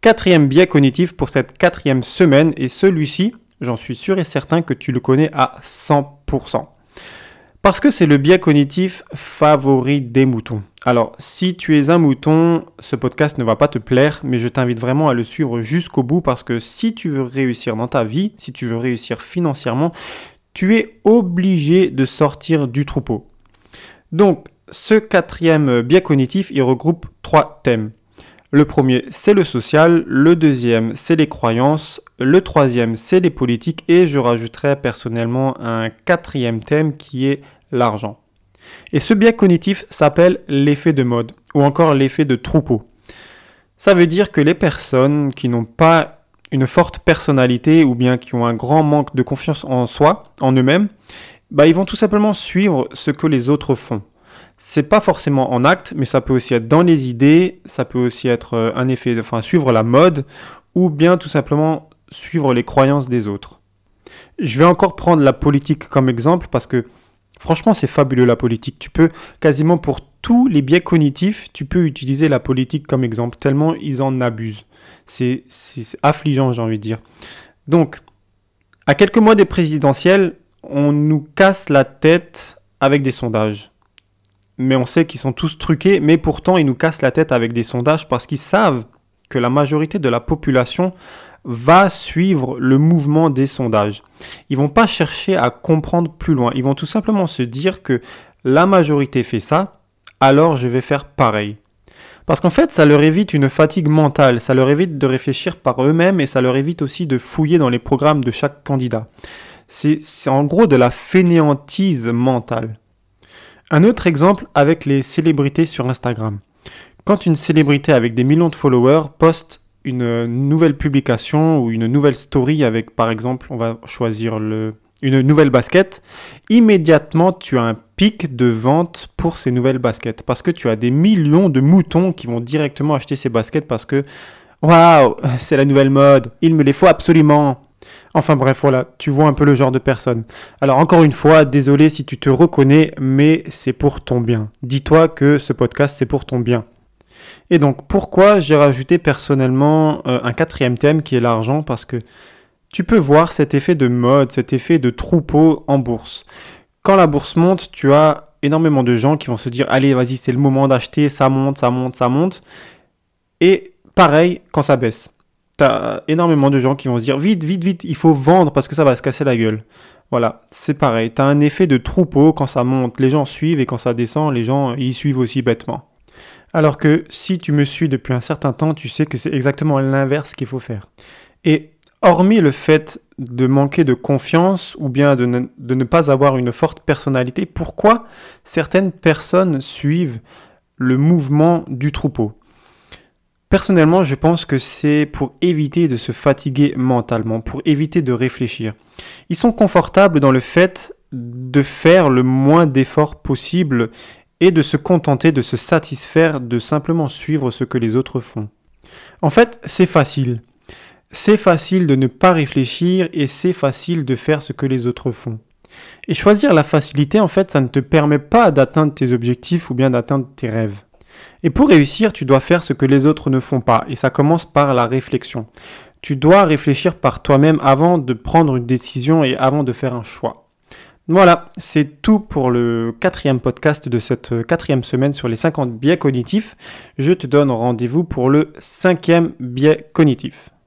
Quatrième biais cognitif pour cette 4e semaine, et celui-ci, j'en suis sûr et certain que tu le connais à 100%. Parce que c'est le biais cognitif favori des moutons. Alors, si tu es un mouton, ce podcast ne va pas te plaire, mais je t'invite vraiment à le suivre jusqu'au bout parce que si tu veux réussir dans ta vie, si tu veux réussir financièrement, tu es obligé de sortir du troupeau. Donc, ce 4e biais cognitif, il regroupe 3 thèmes. Le premier, c'est le social, le deuxième, c'est les croyances, le troisième, c'est les politiques et je rajouterai personnellement un 4e thème qui est l'argent. Et ce biais cognitif s'appelle l'effet de mode ou encore l'effet de troupeau. Ça veut dire que les personnes qui n'ont pas une forte personnalité ou bien qui ont un grand manque de confiance en soi, en eux-mêmes, ils vont tout simplement suivre ce que les autres font. C'est pas forcément en acte, mais ça peut aussi être dans les idées, ça peut aussi être un effet, suivre la mode, ou bien tout simplement suivre les croyances des autres. Je vais encore prendre la politique comme exemple, parce que franchement c'est fabuleux la politique. Tu peux quasiment pour tous les biais cognitifs, tu peux utiliser la politique comme exemple, tellement ils en abusent. C'est affligeant, j'ai envie de dire. Donc, à quelques mois des présidentielles, on nous casse la tête avec des sondages. Mais on sait qu'ils sont tous truqués, mais pourtant ils nous cassent la tête avec des sondages parce qu'ils savent que la majorité de la population va suivre le mouvement des sondages. Ils vont pas chercher à comprendre plus loin, ils vont tout simplement se dire que la majorité fait ça, alors je vais faire pareil. Parce qu'en fait, ça leur évite une fatigue mentale, ça leur évite de réfléchir par eux-mêmes et ça leur évite aussi de fouiller dans les programmes de chaque candidat. C'est en gros de la fainéantise mentale. Un autre exemple avec les célébrités sur Instagram. Quand une célébrité avec des millions de followers poste une nouvelle publication ou une nouvelle story avec, par exemple, on va choisir une nouvelle basket, immédiatement tu as un pic de vente pour ces nouvelles baskets parce que tu as des millions de moutons qui vont directement acheter ces baskets parce que waouh, c'est la nouvelle mode, il me les faut absolument. Enfin bref, voilà, tu vois un peu le genre de personne. Alors encore une fois, désolé si tu te reconnais, mais c'est pour ton bien. Dis-toi que ce podcast, c'est pour ton bien. Et donc, pourquoi j'ai rajouté personnellement un 4e thème qui est l'argent? Parce que tu peux voir cet effet de mode, cet effet de troupeau en bourse. Quand la bourse monte, tu as énormément de gens qui vont se dire « Allez, vas-y, c'est le moment d'acheter, ça monte, ça monte, ça monte. » Et pareil quand ça baisse. T'as énormément de gens qui vont se dire vite, vite, vite, il faut vendre parce que ça va se casser la gueule. Voilà, c'est pareil. T'as un effet de troupeau quand ça monte, les gens suivent et quand ça descend, les gens y suivent aussi bêtement. Alors que si tu me suis depuis un certain temps, tu sais que c'est exactement l'inverse qu'il faut faire. Et hormis le fait de manquer de confiance ou bien de ne pas avoir une forte personnalité, pourquoi certaines personnes suivent le mouvement du troupeau ? Personnellement, je pense que c'est pour éviter de se fatiguer mentalement, pour éviter de réfléchir. Ils sont confortables dans le fait de faire le moins d'efforts possible et de se contenter de se satisfaire de simplement suivre ce que les autres font. En fait, c'est facile. C'est facile de ne pas réfléchir et c'est facile de faire ce que les autres font. Et choisir la facilité, en fait, ça ne te permet pas d'atteindre tes objectifs ou bien d'atteindre tes rêves. Et pour réussir, tu dois faire ce que les autres ne font pas. Et ça commence par la réflexion. Tu dois réfléchir par toi-même avant de prendre une décision et avant de faire un choix. Voilà, c'est tout pour le 4e podcast de cette 4e semaine sur les 50 biais cognitifs. Je te donne rendez-vous pour le 5e biais cognitif.